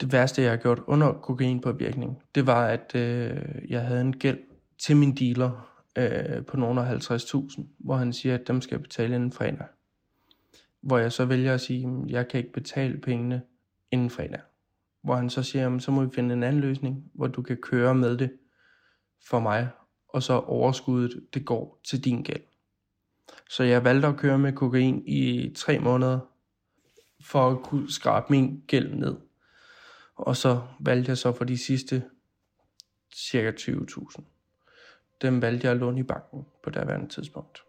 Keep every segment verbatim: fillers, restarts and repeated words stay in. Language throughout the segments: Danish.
det værste, jeg har gjort under kokainpåvirkning, det var, at øh, jeg havde en gæld til min dealer øh, på nogle af halvtreds tusind, hvor han siger, at dem skal jeg betale inden fredag. Hvor jeg så vælger at sige, at jeg kan ikke betale pengene inden fredag. Hvor han så siger, at så må vi finde en anden løsning, hvor du kan køre med det for mig, og så overskuddet, det går til din gæld. Så jeg valgte at køre med kokain i tre måneder, for at kunne skrabe min gæld ned. Og så valgte jeg så for de sidste cirka tyve tusind. Dem valgte jeg at låne i banken på daværende tidspunkt.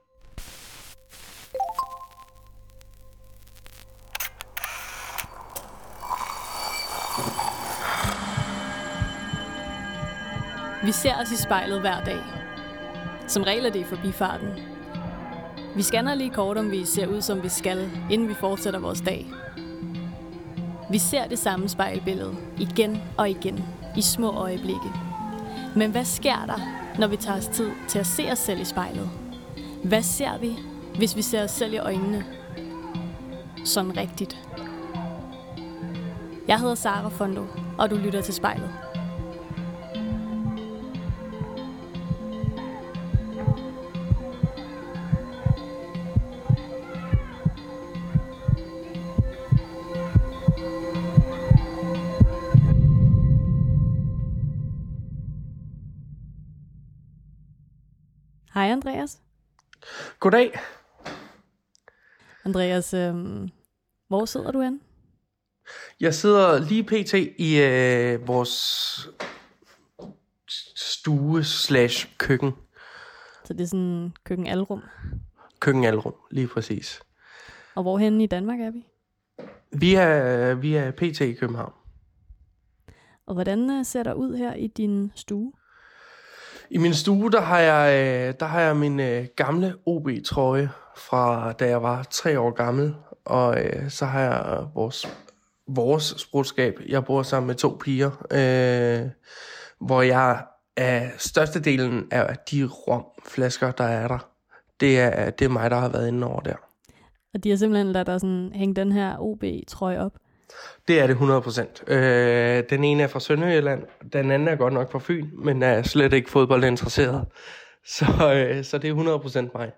Vi ser os i spejlet hver dag. Som regel er det i forbifarten. Vi scanner lige kort, om vi ser ud, som vi skal, inden vi fortsætter vores dag. Vi ser det samme spejlbillede igen og igen i små øjeblikke. Men hvad sker der, når vi tager os tid til at se os selv i spejlet? Hvad ser vi, hvis vi ser os selv i øjnene? Sådan rigtigt. Jeg hedder Sara Fondo, og du lytter til Spejlet. Hej Andreas. Goddag. Andreas, øh, hvor sidder du henne? Jeg sidder lige pt. i øh, vores stue slash køkken. Så det er sådan køkkenalrum? Køkkenalrum, lige præcis. Og hvorhenne i Danmark er vi? Vi er, vi er pt. i København. Og hvordan ser der ud her i din stue? I min stue, der har jeg, der har jeg min øh, gamle O B-trøje fra da jeg var tre år gammel. Og øh, så har jeg vores, vores sprutskab. Jeg bor sammen med to piger, øh, hvor jeg er størstedelen af de romflasker, der er der. Det er, det er mig, der har været inde over der. Og de har simpelthen ladet dig sådan hænge den her O B-trøje op? Det er det hundrede procent. Øh, den ene er fra Sønderjylland, den anden er godt nok fra Fyn, men er slet ikke fodboldinteresseret. Så, øh, så det er hundrede procent mig.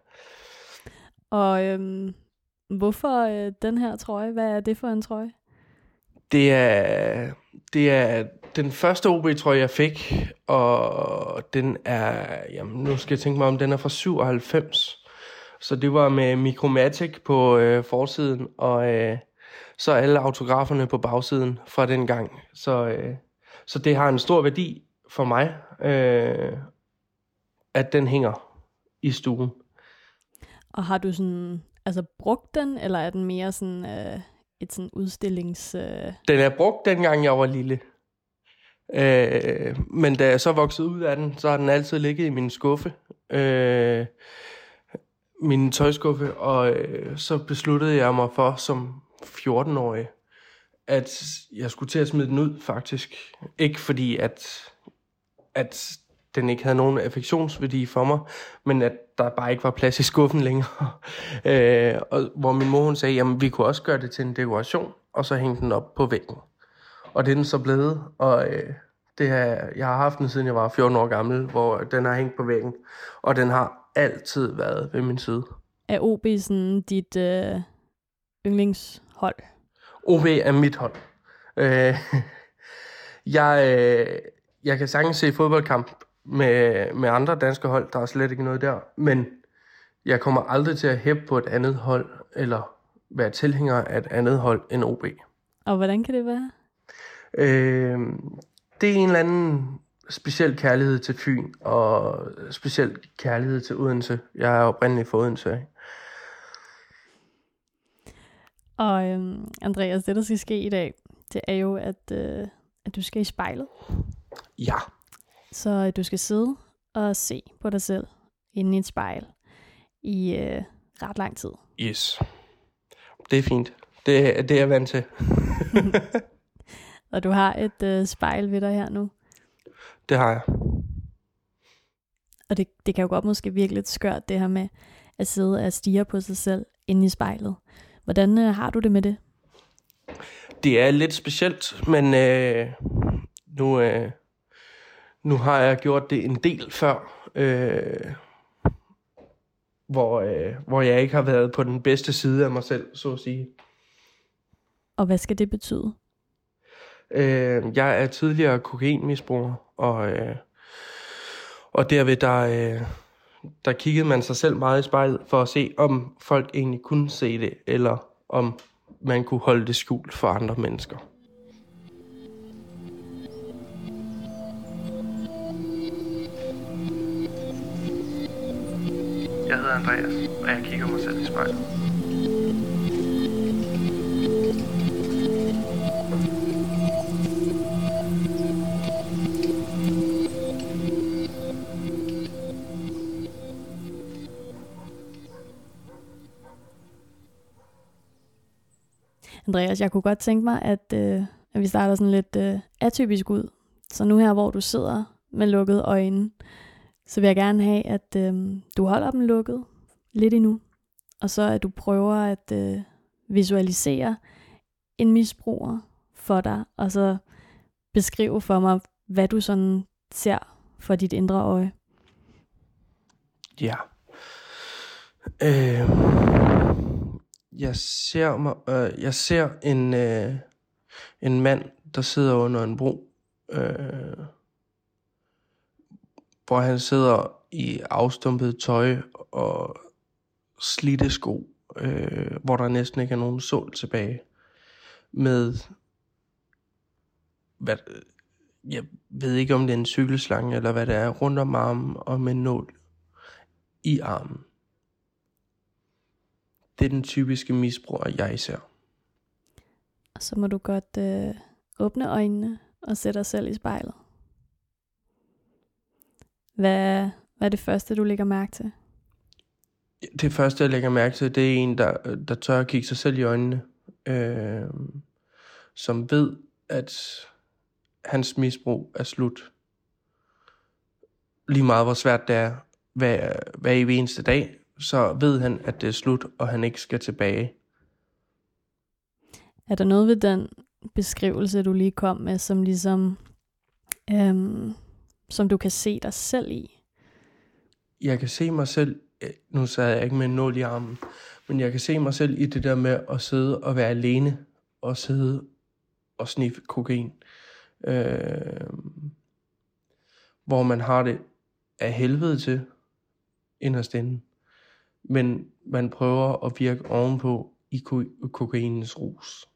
Og øhm, hvorfor øh, den her trøje? Hvad er det for en trøje? Det er, det er den første O B-trøje, jeg fik, og den er, jamen nu skal jeg tænke mig om, den er fra syvoghalvfems. Så det var med Micromatic på øh, forsiden, og øh, så alle autograferne på bagsiden fra den gang. Så, øh, så det har en stor værdi for mig, øh, at den hænger i stuen. Og har du sådan, altså brugt den, eller er den mere sådan øh, et sådan udstillings... Øh... Den er brugt dengang jeg var lille. Øh, men da jeg så voksede ud af den, så har den altid ligget i min skuffe. Øh, min tøjskuffe, og øh, så besluttede jeg mig for som fjorten-årig, at jeg skulle til at smide den ud, faktisk. Ikke fordi, at, at den ikke havde nogen affektionsværdi for mig, men at der bare ikke var plads i skuffen længere. øh, og hvor min mor hun sagde, jamen vi kunne også gøre det til en dekoration, og så hænge den op på væggen. Og det er den så blevet, og øh, det har, jeg har haft den siden jeg var fjorten år gammel, hvor den har hængt på væggen, og den har altid været ved min side. Er O B sådan dit øh, yndlingshold? O B er mit hold. Øh, jeg, øh, jeg kan sagtens se fodboldkamp med, med andre danske hold, der er slet ikke noget der, men jeg kommer aldrig til at hæppe på et andet hold, eller være tilhænger af et andet hold end O B. Og hvordan kan det være? Øh, det er en eller anden speciel kærlighed til Fyn, og speciel kærlighed til Odense. Jeg er oprindelig fra Odense, ikke? Og øhm, Andreas, det der skal ske i dag, det er jo, at, øh, at du skal i spejlet. Ja. Så øh, du skal sidde og se på dig selv inde i et spejl i øh, ret lang tid. Yes. Det er fint. Det, det er jeg vant til. Og du har et øh, spejl ved dig her nu. Det har jeg. Og det, det kan jo godt måske virke lidt skørt, det her med at sidde og stirre på sig selv inde i spejlet. Hvordan øh, har du det med det? Det er lidt specielt, men øh, nu, øh, nu har jeg gjort det en del før, øh, hvor, øh, hvor jeg ikke har været på den bedste side af mig selv, så at sige. Og hvad skal det betyde? Øh, jeg er tidligere kokainmisbruger, og, øh, og derved der, øh, der kiggede man sig selv meget i spejlet for at se, om folk egentlig kunne se det, eller om man kunne holde det skjult for andre mennesker. Jeg hedder Andreas, og jeg kigger mig selv i spejlet. Andreas, jeg kunne godt tænke mig, at, øh, at vi starter sådan lidt øh, atypisk ud. Så nu her, hvor du sidder med lukkede øjne, så vil jeg gerne have, at øh, du holder dem lukket lidt endnu. Og så at du prøver at øh, visualisere en misbruger for dig, og så beskrive for mig, hvad du sådan ser for dit indre øje. Ja. Øh, jeg ser mig, øh, jeg ser en øh, en mand, der sidder under en bro, øh, hvor han sidder i afstumpet tøj og slidte sko, øh, hvor der næsten ikke er nogen sål tilbage, med hvad, jeg ved ikke om det er en cykelslange eller hvad det er, rundt om armen og med en nål i armen. Det er den typiske misbruger, jeg ser. Og så må du godt øh, åbne øjnene og sætte dig selv i spejlet. Hvad, hvad er det første, du lægger mærke til? Det første, jeg lægger mærke til, det er en, der, der tør at kigge sig selv i øjnene. Øh, som ved, at hans misbrug er slut. Lige meget, hvor svært det er hver, hver evig eneste dag, så ved han, at det er slut, og han ikke skal tilbage. Er der noget ved den beskrivelse, du lige kom med, som ligesom, øhm, som du kan se dig selv i? Jeg kan se mig selv, nu sad jeg ikke med en nål i armen, men jeg kan se mig selv i det der med at sidde og være alene, og sidde og sniffe kokain. Øh, hvor man har det af helvede til inderst inde. Men man prøver at virke ovenpå i ko- kokainens rus.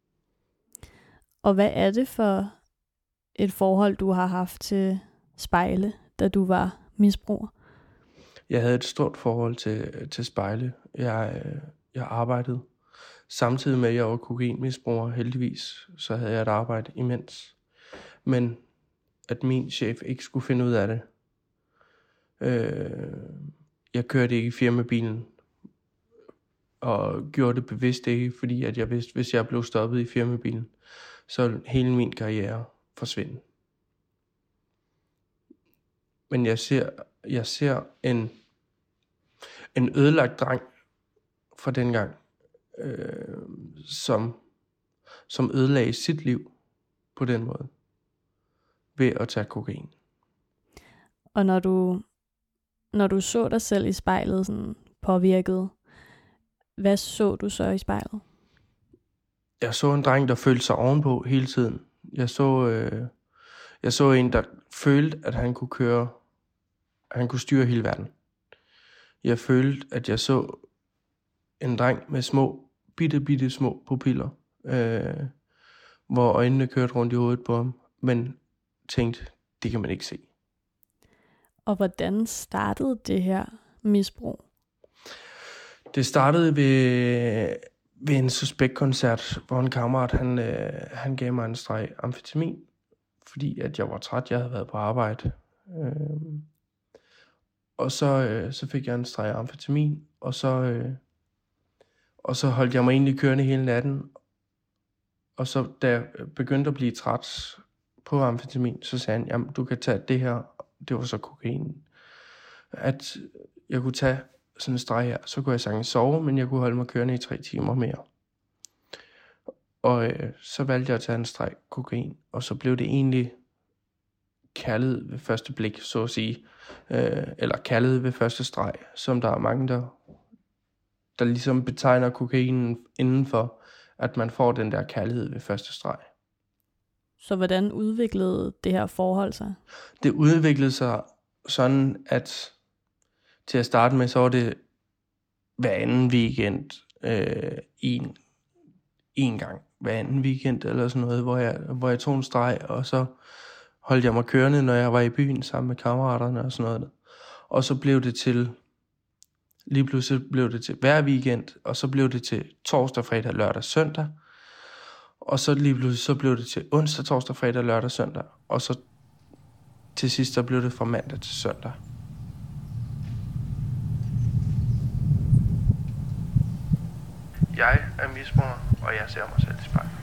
Og hvad er det for et forhold, du har haft til spejle, da du var misbruger? Jeg havde et stort forhold til, til spejle. Jeg, jeg arbejdede samtidig med, at jeg var kokainmisbruger. Heldigvis så havde jeg et arbejde imens. Men at min chef ikke skulle finde ud af det. Øh, jeg kørte ikke i firmabilen. Og gjorde det bevidst ikke, fordi at jeg vidste, hvis jeg blev stoppet i firmabilen, så ville hele min karriere forsvinde. Men jeg ser, jeg ser en, en ødelagt dreng fra dengang, øh, som, som ødelagde sit liv på den måde, ved at tage kokain. Og når du, når du så dig selv i spejlet sådan påvirket, hvad så du så i spejlet? Jeg så en dreng, der følte sig ovenpå hele tiden. Jeg så, øh, jeg så en, der følte, at han kunne køre, at han kunne styre hele verden. Jeg følte, at jeg så en dreng med små, bitte, bitte små pupiller, øh, hvor øjnene kørte rundt i hovedet på ham, men tænkte, det kan man ikke se. Og hvordan startede det her misbrug? Det startede ved, ved en suspektkoncert, hvor en kammerat, han, øh, han gav mig en streg amfetamin, fordi at jeg var træt, jeg havde været på arbejde. Øh, og så, øh, så fik jeg en streg amfetamin, og så, øh, og så holdt jeg mig egentlig kørende hele natten. Og så da jeg begyndte at blive træt på amfetamin, så sagde han, jamen du kan tage det her, det var så kokain. At jeg kunne tage sådan en streg her, så kunne jeg sagtens sove, men jeg kunne holde mig kørende i tre timer mere. Og øh, så valgte jeg at tage en streg kokain, og så blev det egentlig kærlighed ved første blik, så at sige. Øh, eller kærlighed ved første streg, som der er mange, der, der ligesom betegner kokainen indenfor, at man får den der kærlighed ved første streg. Så hvordan udviklede det her forhold sig? Det udviklede sig sådan, at til at starte med, så var det hver anden weekend, øh, en, en gang hver anden weekend, eller sådan noget, hvor jeg, hvor jeg tog en streg, og så holdt jeg mig kørende, når jeg var i byen sammen med kammeraterne og sådan noget. Og så blev det til, lige pludselig blev det til hver weekend, og så blev det til torsdag, fredag, lørdag, søndag. Og så lige pludselig så blev det til onsdag, torsdag, fredag, lørdag, søndag. Og så til sidst, så blev det fra mandag til søndag. Jeg er misbruger, og jeg ser mig selv i spejlet.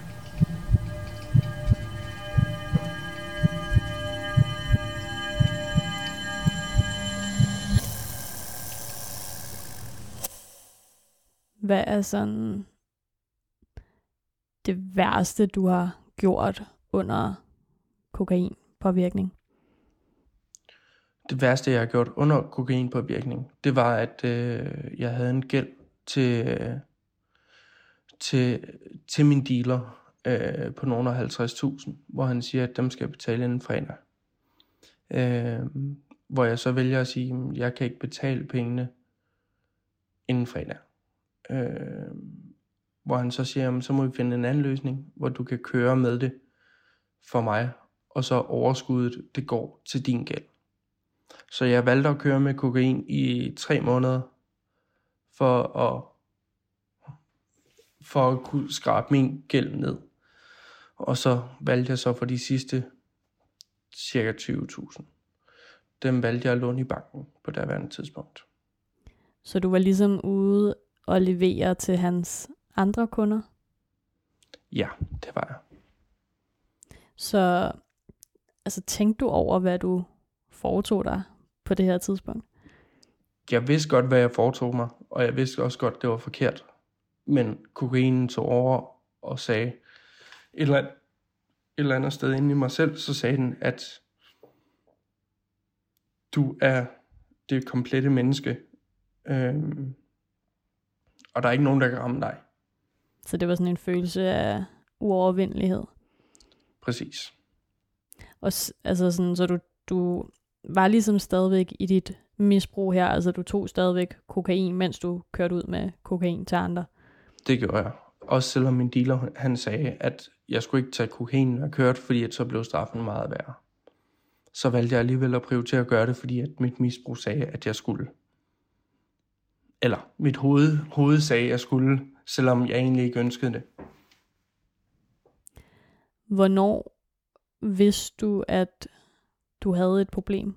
Hvad er sådan det værste, du har gjort under kokainpåvirkning? Det værste, jeg har gjort under kokainpåvirkning, det var, at øh, jeg havde en gæld til, øh, til, til min dealer øh, på nogle af halvtreds tusind, hvor han siger, at dem skal jeg betale inden fredag. Øh, hvor jeg så vælger at sige, at jeg kan ikke betale pengene inden fredag. Øh, hvor han så siger, at så må vi finde en anden løsning, hvor du kan køre med det for mig, og så overskuddet, det går til din gæld. Så jeg valgte at køre med kokain i tre måneder, for at, for at kunne skrabe min gæld ned. Og så valgte jeg så for de sidste cirka tyve tusind. Dem valgte jeg at låne i banken på daværende tidspunkt. Så du var ligesom ude og levere til hans andre kunder? Ja, det var jeg. Så altså, tænkte du over, hvad du foretog dig på det her tidspunkt? Jeg vidste godt, hvad jeg foretog mig, og jeg vidste også godt, det var forkert. Men kokainen tog over og sagde et eller andet, et eller andet sted inde i mig selv, så sagde den, at du er det komplette menneske, øhm, og der er ikke nogen, der kan ramme dig. Så det var sådan en følelse af uovervindelighed? Præcis. Og altså sådan, så du, du var ligesom stadigvæk i dit misbrug her, altså du tog stadigvæk kokain, mens du kørte ud med kokain til andre? Det gjorde jeg. Også selvom min dealer, han sagde, at jeg skulle ikke tage kokain, når jeg kørte, fordi at så blev straffen meget værre. Så valgte jeg alligevel at prioritere at gøre det, fordi at mit misbrug sagde, at jeg skulle. Eller mit hoved, hoved sagde, at jeg skulle, selvom jeg egentlig ikke ønskede det. Hvornår vidste du, at du havde et problem?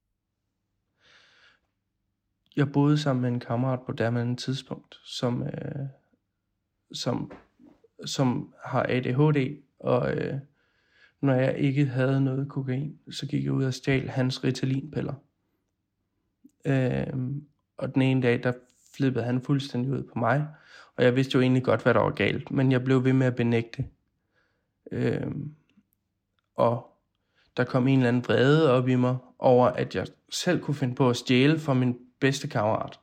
Jeg boede sammen med en kammerat på dermed et tidspunkt, som, øh, som, som har A D H D, og øh, når jeg ikke havde noget kokain, så gik jeg ud og stjal hans Ritalin-piller. Øh, og den ene dag, der flippede han fuldstændig ud på mig, og jeg vidste jo egentlig godt, hvad der var galt, men jeg blev ved med at benægte. Øh, og der kom en eller anden vrede op i mig, over at jeg selv kunne finde på at stjæle fra min bedste kammerat.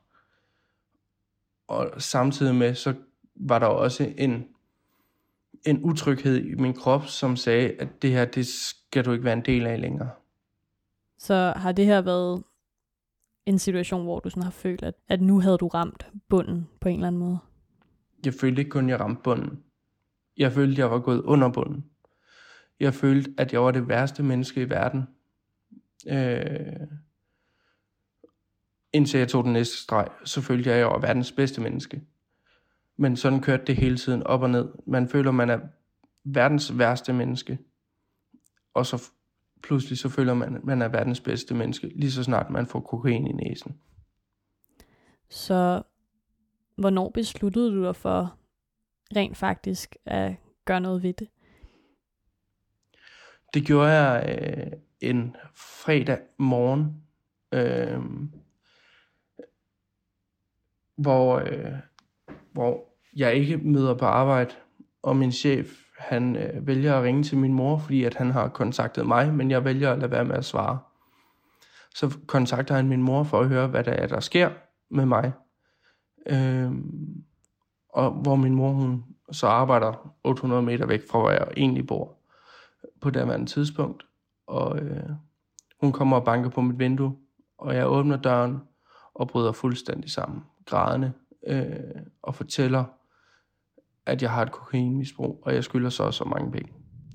Og samtidig med, så var der også en, en utryghed i min krop, som sagde, at det her, det skal du ikke være en del af længere. Så har det her været en situation, hvor du sådan har følt, at, at nu havde du ramt bunden på en eller anden måde? Jeg følte ikke kun, at jeg ramte bunden. Jeg følte, at jeg var gået under bunden. Jeg følte, at jeg var det værste menneske i verden. Øh, indtil jeg tog den næste streg, så følte jeg, at jeg var verdens bedste menneske. Men sådan kørte det hele tiden op og ned. Man føler, man er verdens værste menneske. Og så pludselig så føler man, at man er verdens bedste menneske, lige så snart man får kokain i næsen. Så hvornår besluttede du dig for rent faktisk at gøre noget ved det? Det gjorde jeg øh, en fredag morgen, øh, hvor, øh, hvor jeg ikke møder på arbejde, og min chef, han øh, vælger at ringe til min mor, fordi at han har kontaktet mig, men jeg vælger at lade være med at svare. Så kontakter han min mor for at høre, hvad der er, der sker med mig. Øhm, og hvor min mor, hun så arbejder otte hundrede meter væk fra, hvor jeg egentlig bor på daværende tidspunkt. Og øh, hun kommer og banker på mit vindue, og jeg åbner døren og bryder fuldstændig sammen, grædende, øh, og fortæller, at jeg har et kokainmisbrug, og jeg skylder så så mange penge.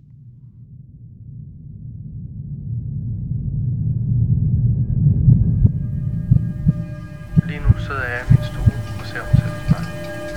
Lige nu sidder jeg i min stol og ser mig selv i spejlet.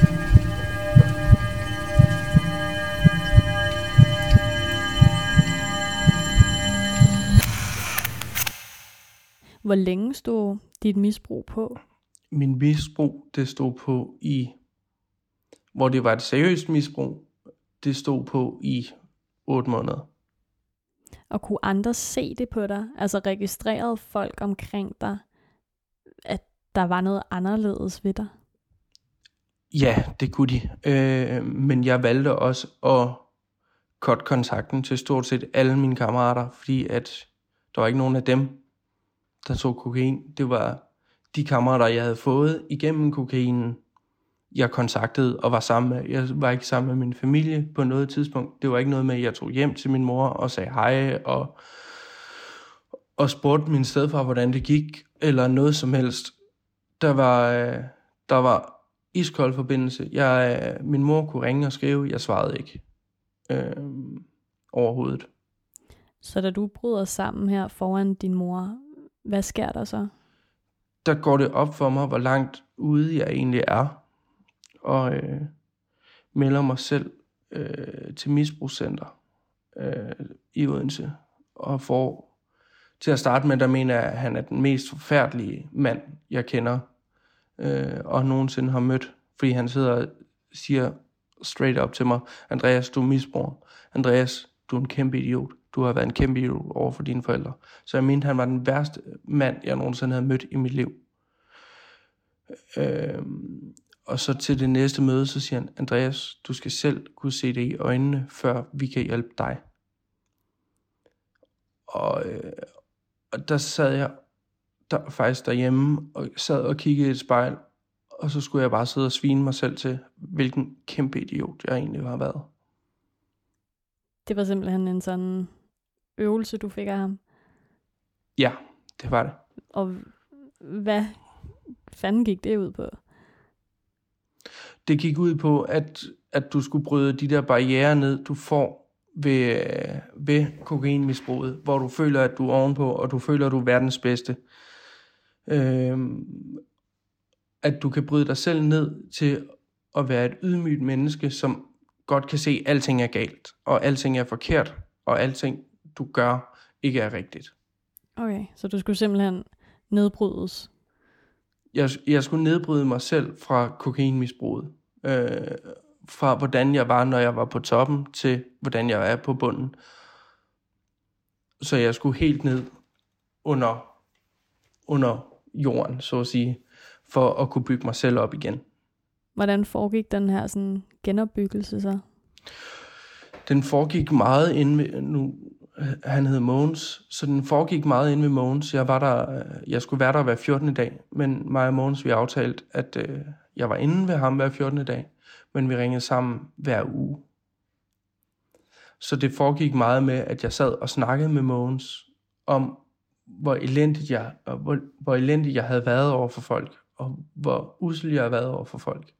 Hvor længe stod dit misbrug på? Min misbrug, det stod på i, hvor det var et seriøst misbrug, det stod på i otte måneder. Og kunne andre se det på dig? Altså registrerede folk omkring dig, at der var noget anderledes ved dig? Ja, det kunne de. Øh, men jeg valgte også at cutte kontakten til stort set alle mine kammerater, fordi at der var ikke nogen af dem, der tog kokain. Det var de kammerater, jeg havde fået igennem kokainen, jeg kontaktede og var sammen med. Jeg var ikke sammen med min familie på noget tidspunkt. Det var ikke noget med, at jeg tog hjem til min mor og sagde hej og, og spurgte min stedfar, hvordan det gik, eller noget som helst. Der var, der var iskold forbindelse. Jeg, min mor kunne ringe og skrive, jeg svarede ikke øh, overhovedet. Så da du bryder sammen her foran din mor, hvad sker der så? Der går det op for mig, hvor langt ude jeg egentlig er, og øh, melder mig selv øh, til misbrugscenter øh, i Odense, og får til at starte med, der mener jeg, at han er den mest forfærdelige mand, jeg kender, øh, og nogensinde har mødt, fordi han sidder og siger straight up til mig, Andreas, du er misbruger. Andreas, du er en kæmpe idiot. Du har været en kæmpe idiot over for dine forældre. Så jeg mente, han var den værste mand, jeg nogensinde havde mødt i mit liv. Øh, og så til det næste møde, så siger han, Andreas, du skal selv kunne se det i øjnene, før vi kan hjælpe dig. Og, øh, og der sad jeg der, faktisk derhjemme, og sad og kiggede i et spejl, og så skulle jeg bare sidde og svine mig selv til, hvilken kæmpe idiot jeg egentlig har været. Det var simpelthen en sådan øvelse, du fik af ham? Ja, det var det. Og hvad fanden gik det ud på? Det gik ud på, at, at du skulle bryde de der barrierer ned, du får ved, ved kokainmisbruget, hvor du føler, at du er ovenpå, og du føler, at du er verdens bedste. Øhm, at du kan bryde dig selv ned til at være et ydmygt menneske, som godt kan se, at alting er galt, og alting er forkert, og alting, du gør, ikke er rigtigt. Okay, så du skulle simpelthen nedbrydes? Jeg, jeg skulle nedbryde mig selv fra kokainmisbruget. Øh, fra hvordan jeg var, når jeg var på toppen, til hvordan jeg er på bunden. Så jeg skulle helt ned under, under jorden, så at sige, for at kunne bygge mig selv op igen. Hvordan foregik den her sådan genopbyggelse så? Den foregik meget inde ved, nu, han hed Mogens, så den foregik meget inde ved Mogens. Jeg var der, jeg skulle være der hver fjortende dag, men mig og Mogens, vi aftalte, at øh, jeg var inde ved ham hver fjortende dag, men vi ringede sammen hver uge. Så det foregik meget med, at jeg sad og snakkede med Mogens om, hvor elendigt jeg, hvor, hvor elendigt jeg havde været over for folk, og hvor usel jeg havde været over for folk.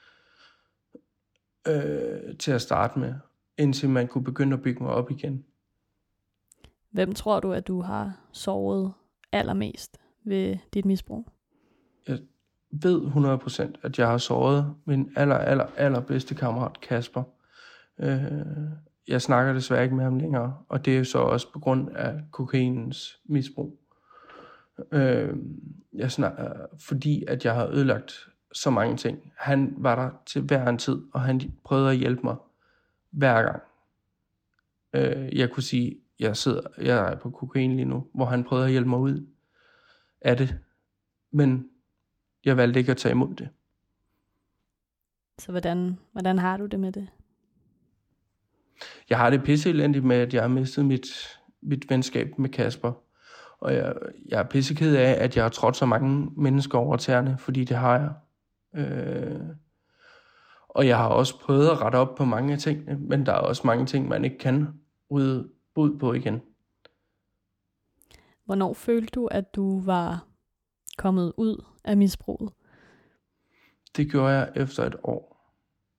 Øh, til at starte med, indtil man kunne begynde at bygge mig op igen. Hvem tror du, at du har såret allermest ved dit misbrug? Jeg ved hundrede procent, at jeg har såret min aller, aller, aller bedste kammerat, Kasper. Øh, jeg snakker desværre ikke med ham længere, og det er så også på grund af kokainens misbrug. Øh, jeg snakker, fordi at jeg har ødelagt så mange ting. Han var der til hver en tid, og han prøvede at hjælpe mig hver gang. Øh, jeg kunne sige, jeg sidder, jeg er på kokain lige nu, hvor han prøvede at hjælpe mig ud af det. Men jeg valgte ikke at tage imod det. Så hvordan, hvordan har du det med det? Jeg har det pisseelendigt med, at jeg har mistet mit, mit venskab med Kasper. Og jeg, jeg er pisseked af, at jeg har trådt så mange mennesker over tæerne, fordi det har jeg. Øh, og jeg har også prøvet at rette op på mange af tingene, men der er også mange ting, man ikke kan rydde ud på igen. Hvornår følte du, at du var kommet ud af misbruget? Det gjorde jeg efter et år.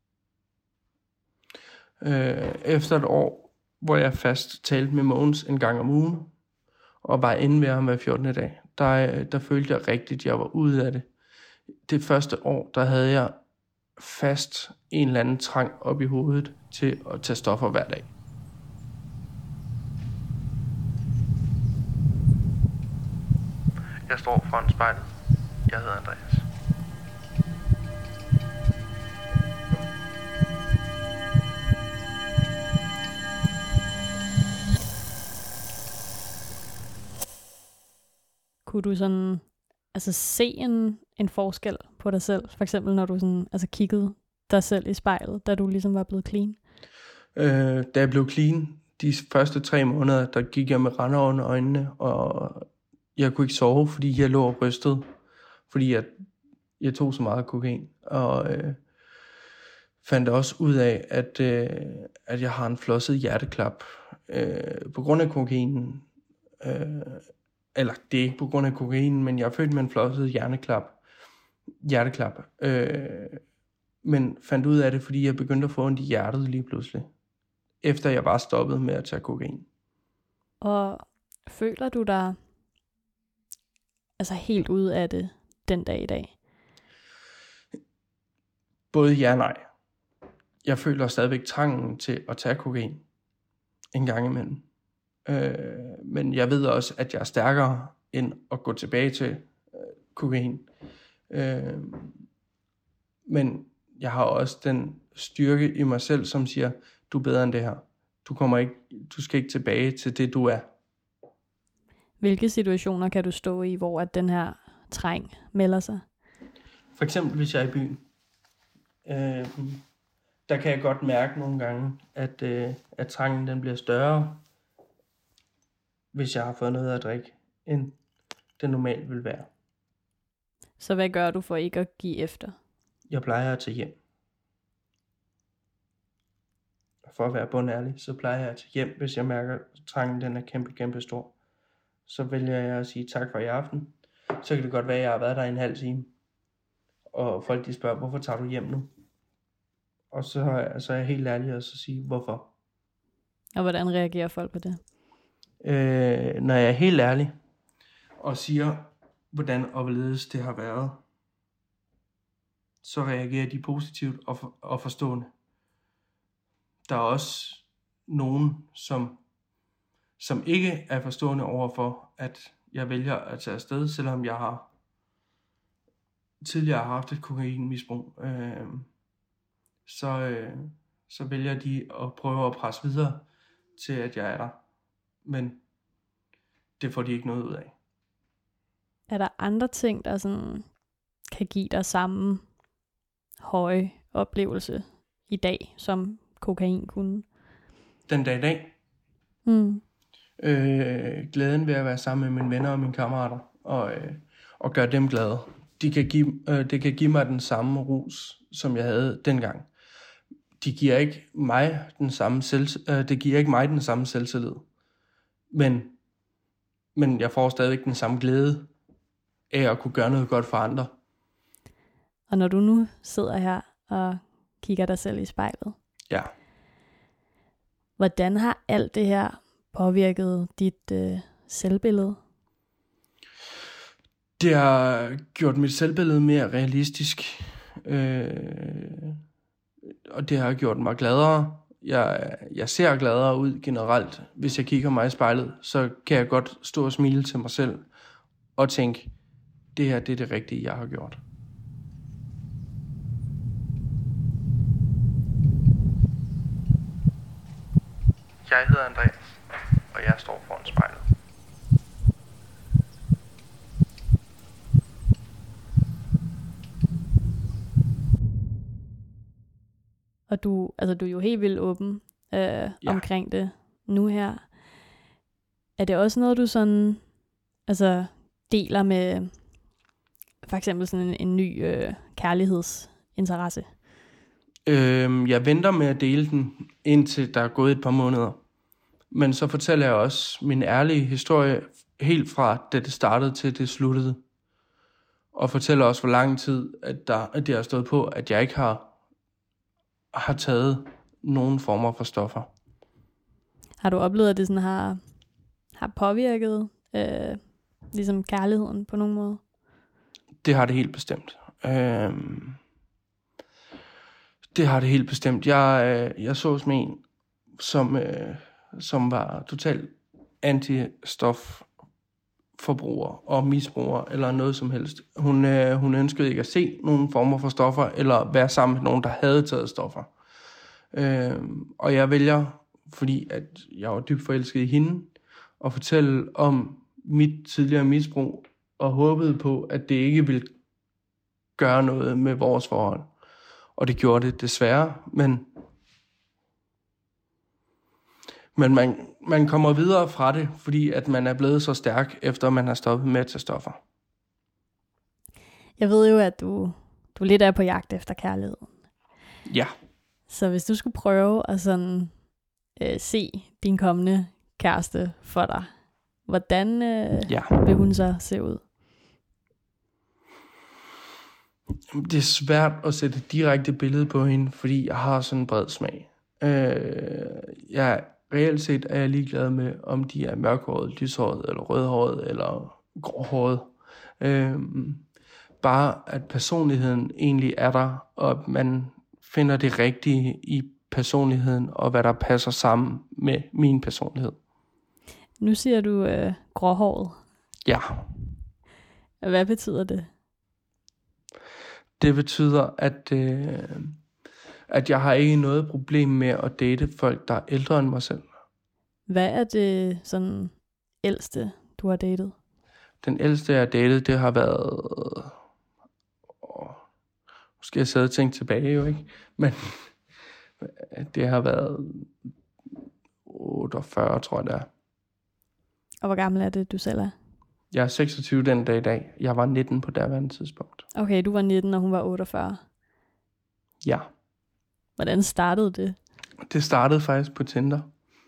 Øh, efter et år, hvor jeg fast talte med Mogens en gang om ugen, og var inde ved ham hver fjortende dag, der, der følte jeg rigtigt, at jeg var ude af det. Det første år, der havde jeg fast en eller anden trang op i hovedet til at tage stoffer hver dag. Jeg står foran spejlet. Jeg hedder Andreas. Kunne du sådan altså se en, en forskel på dig selv? For eksempel når du sådan, altså kiggede dig selv i spejlet, da du ligesom var blevet clean? Øh, da jeg blev clean, de første tre måneder, der gik jeg med render under øjnene, og jeg kunne ikke sove, fordi jeg lå og rystede, fordi jeg, jeg tog så meget kokain. Og øh, fandt også ud af, at, øh, at jeg har en flosset hjerteklap øh, på grund af kokainen. Øh, eller det er ikke på grund af kokainen, men jeg er født med en flosset hjerteklap. hjerteklap. Øh, men fandt ud af det, fordi jeg begyndte at få ondt i hjertet lige pludselig, efter jeg bare stoppede med at tage kokain. Og føler du dig altså helt ude af det den dag i dag? Både ja og nej. Jeg føler stadigvæk trangen til at tage kokain en gang imellem. Øh, men jeg ved også, at jeg er stærkere end at gå tilbage til øh, kokain. Øh, men jeg har også den styrke i mig selv, som siger, du er bedre end det her. Du kommer ikke, du skal ikke tilbage til det, du er. Hvilke situationer kan du stå i, hvor at den her træng melder sig? For eksempel, hvis jeg er i byen. Øh, der kan jeg godt mærke nogle gange, at, øh, at trangen den bliver større, hvis jeg har fået noget at drikke, end det normalt vil være. Så hvad gør du for ikke at give efter? Jeg plejer at tage hjem. For at være bundærlig, så plejer jeg at tage hjem, hvis jeg mærker, at trangen den er kæmpe, kæmpe stor. Så vælger jeg at sige tak for i aften. Så kan det godt være, at jeg har været der en halv time. Og folk de spørger, hvorfor tager du hjem nu? Og så, så er jeg helt ærlig og så sige, hvorfor. Og hvordan reagerer folk på det? Øh, når jeg er helt ærlig og siger, hvordan og hvorledes det har været, så reagerer de positivt og, for, og forstående. Der er også nogen, som, som ikke er forstående overfor, at jeg vælger at tage afsted, selvom jeg har tidligere har haft et kokainmisbrug. Øh, så, øh, så vælger de at prøve at presse videre til, at jeg er der. Men det får de ikke noget ud af. Er der andre ting, der sådan kan give dig samme høje oplevelse i dag, som kokain kunne? Den dag i dag? Mm. Øh, glæden ved at være sammen med mine venner og mine kammerater, og, øh, og gøre dem glade. De kan give, øh, det kan give mig den samme rus, som jeg havde dengang. De giver ikke mig den samme selv, øh, det giver ikke mig den samme selvtillid. Men, men jeg får stadigvæk den samme glæde af at kunne gøre noget godt for andre. Og når du nu sidder her og kigger dig selv i spejlet, ja. Hvordan har alt det her påvirket dit øh, selvbillede? Det har gjort mit selvbillede mere realistisk. Øh, og det har gjort mig gladere. Jeg, jeg ser gladere ud generelt. Hvis jeg kigger mig i spejlet, så kan jeg godt stå og smile til mig selv og tænke, det her det er det rigtige, jeg har gjort. Jeg hedder Andreas, og jeg står foran spejlet. Og du, altså du er jo helt vildt åben øh, ja. omkring det nu her. Er det også noget, du sådan altså deler med for eksempel sådan en, en ny øh, kærlighedsinteresse? Øhm, jeg venter med at dele den, indtil der er gået et par måneder. Men så fortæller jeg også min ærlige historie, helt fra da det startede til det sluttede. Og fortæller også, hvor lang tid, at, der, at det har stået på, at jeg ikke har, har taget nogen former for stoffer. Har du oplevet, at det sådan har, har påvirket øh, ligesom kærligheden på nogen måde? Det har det helt bestemt. Øhm, det har det helt bestemt. Jeg, øh, jeg så som en, som, øh, som var totalt anti-stofforbruger og misbruger eller noget som helst. Hun, øh, hun ønskede ikke at se nogen former for stoffer eller være sammen med nogen, der havde taget stoffer. Øhm, og jeg vælger, fordi at jeg var dybt forelsket i hende, at fortælle om mit tidligere misbrug og håbede på, at det ikke ville gøre noget med vores forhold. Og det gjorde det desværre, men, men man, man kommer videre fra det, fordi at man er blevet så stærk, efter man har stoppet med at tage stoffer. Jeg ved jo, at du, du lidt er på jagt efter kærligheden. Ja. Så hvis du skulle prøve at sådan, øh, se din kommende kæreste for dig, hvordan øh, ja. vil hun så se ud? Det er svært at sætte et direkte billede på hende, fordi jeg har sådan en bred smag. Øh, jeg reelt set er jeg ligeglad med, om de er mørkhåret, lyshåret, eller rødhåret, eller gråhåret. Øh, bare at personligheden egentlig er der, og at man finder det rigtige i personligheden, og hvad der passer sammen med min personlighed. Nu siger du øh, gråhåret. Ja. Hvad betyder det? Det betyder, at, øh, at jeg har ikke noget problem med at date folk, der er ældre end mig selv. Hvad er det sådan ældste, du har datet? Den ældste, jeg har datet, det har været... Åh, nu skal jeg sidde og tænke tilbage, jo ikke? Men det har været otteogfyrre, tror jeg det er. Og hvor gammel er det, du selv er? Jeg er seksogtyve den dag i dag. Jeg var nitten på derværende tidspunkt. Okay, du var nitten, og hun var otteogfyrre. Ja. Hvordan startede det? Det startede faktisk på Tinder.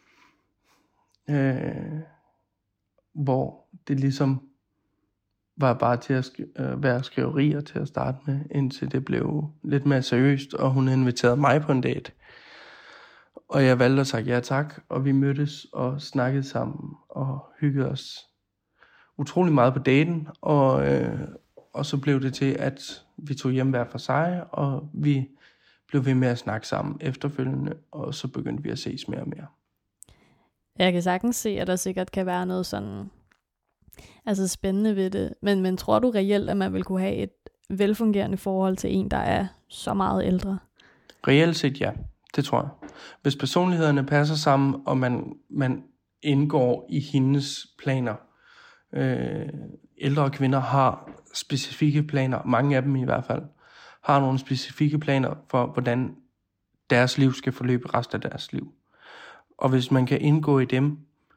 Øh, hvor det ligesom var bare til at sk- øh, være skriverier til at starte med, indtil det blev lidt mere seriøst, og hun inviterede mig på en date. Og jeg valgte at sige ja tak, og vi mødtes og snakkede sammen og hyggede os utrolig meget på daten, og, øh, og så blev det til, at vi tog hjem hver for sig, og vi blev ved med at snakke sammen efterfølgende, og så begyndte vi at ses mere og mere. Jeg kan sagtens se, at der sikkert kan være noget sådan, altså spændende ved det, men, men tror du reelt, at man vil kunne have et velfungerende forhold til en, der er så meget ældre? Reelt set ja, det tror jeg. Hvis personlighederne passer sammen, og man, man indgår i hendes planer. Øh, ældre kvinder har specifikke planer, mange af dem i hvert fald, har nogle specifikke planer for, hvordan deres liv skal forløbe resten af deres liv. Og hvis man kan indgå i dem,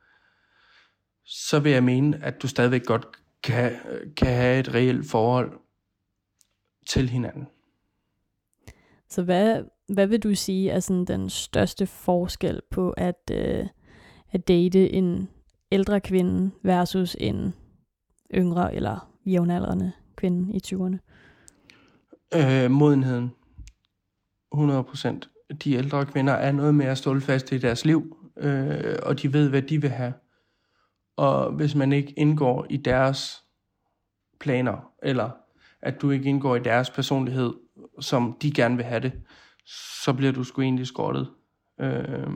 så vil jeg mene, at du stadigvæk godt kan, kan have et reelt forhold til hinanden. Så hvad, hvad vil du sige er sådan den største forskel på at, øh, at date en ældre kvinde versus en yngre eller jævnaldrende kvinde i tyverne? Øh, modenheden. hundrede procent. De ældre kvinder er noget mere stålfaste i deres liv, øh, og de ved, hvad de vil have. Og hvis man ikke indgår i deres planer, eller at du ikke indgår i deres personlighed, som de gerne vil have det, så bliver du sgu egentlig skortet. Øh,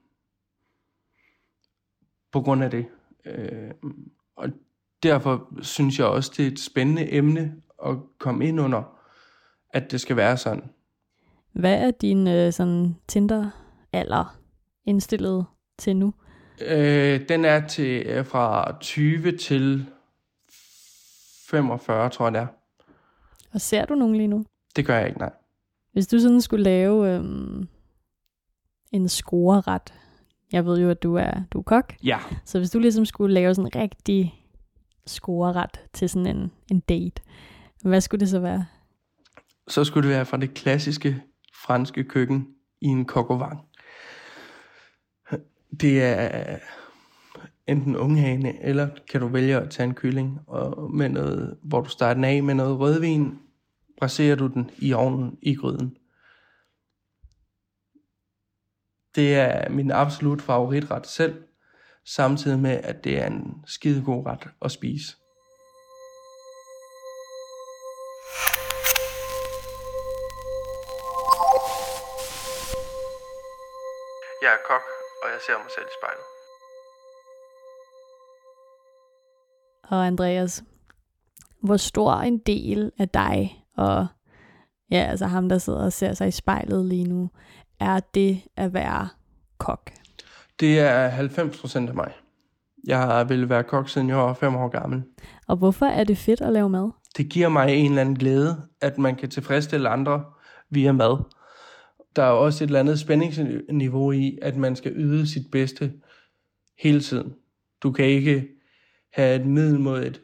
på grund af det. Øh, og derfor synes jeg også, det er et spændende emne at komme ind under, at det skal være sådan. Hvad er din øh, sådan Tinder-alder indstillet til nu? Øh, den er til øh, fra tyve til femogfyrre, tror jeg det er. Og ser du nogen lige nu? Det gør jeg ikke, nej. Hvis du sådan skulle lave øh, en scoreret. Jeg ved jo, at du er, du er kok. Ja. Så hvis du ligesom skulle lave sådan en rigtig scoreret til sådan en, en date, hvad skulle det så være? Så skulle det være fra det klassiske franske køkken i en coq au vin. Det er enten unghane, eller kan du vælge at tage en kylling, og med noget, hvor du starter den af med noget rødvin, braserer du den i ovnen i gryden. Det er min absolut favoritret selv, samtidig med, at det er en skidegod ret at spise. Jeg er kok, og jeg ser mig selv i spejlet. Og Andreas, hvor stor en del af dig, og ja, altså ham, der sidder og ser sig i spejlet lige nu, er det at være kok? Det er halvfems procent af mig. Jeg vil være kok, siden jeg var fem år gammel. Og hvorfor er det fedt at lave mad? Det giver mig en eller anden glæde, at man kan tilfredsstille andre via mad. Der er også et eller andet spændingsniveau i, at man skal yde sit bedste hele tiden. Du kan ikke have et middelmådigt,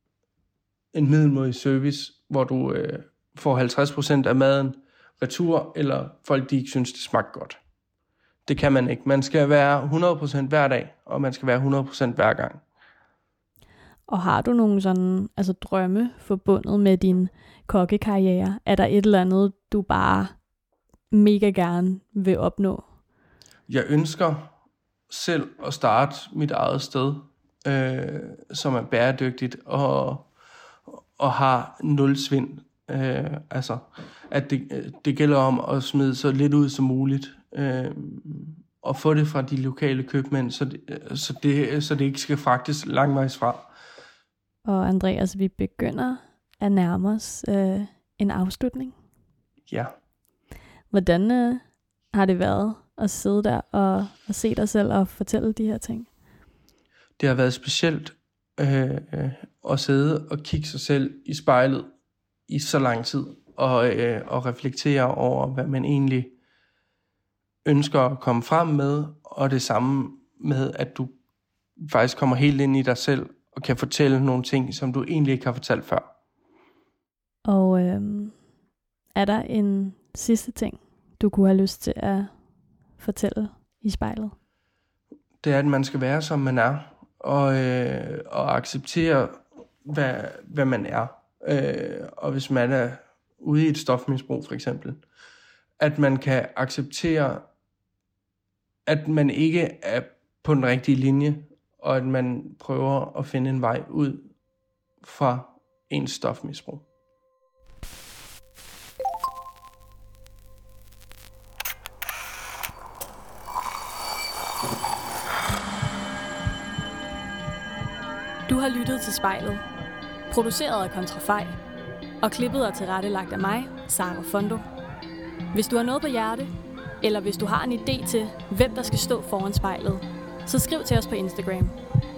en middelmådig service, hvor du øh, får halvtreds procent af maden retur, eller folk de ikke synes, det smager godt. Det kan man ikke. Man skal være hundrede procent hver dag, og man skal være hundrede procent hver gang. Og har du nogle sådan, altså drømme forbundet med din kokkekarriere? Er der et eller andet, du bare mega gerne vil opnå? Jeg ønsker selv at starte mit eget sted, øh, som er bæredygtigt og, og har nul svind. Øh, altså, at det, det gælder om at smide så lidt ud som muligt, øh, og få det fra de lokale købmænd, så det, så det, så det ikke skal fragtes langvejs fra. Og Andreas, vi begynder at nærme os øh, en afslutning. Ja. Hvordan øh, har det været at sidde der og, og se dig selv og fortælle de her ting? Det har været specielt øh, øh, at sidde og kigge sig selv i spejlet i så lang tid, og, øh, og reflektere over, hvad man egentlig ønsker at komme frem med, og det samme med, at du faktisk kommer helt ind i dig selv, og kan fortælle nogle ting, som du egentlig ikke har fortalt før. Og øh, er der en sidste ting, du kunne have lyst til at fortælle i spejlet? Det er, at man skal være, som man er, og, øh, og acceptere, hvad, hvad man er. Øh, og hvis man er ude i et stofmisbrug, for eksempel, at man kan acceptere, at man ikke er på den rigtige linje, og at man prøver at finde en vej ud fra ens stofmisbrug. Du har lyttet til Spejlet, produceret af Kontrafej, og klippet og tilrettelagt af mig, Sara Fondo. Hvis du har noget på hjerte, eller hvis du har en idé til, hvem der skal stå foran spejlet, så skriv til os på Instagram.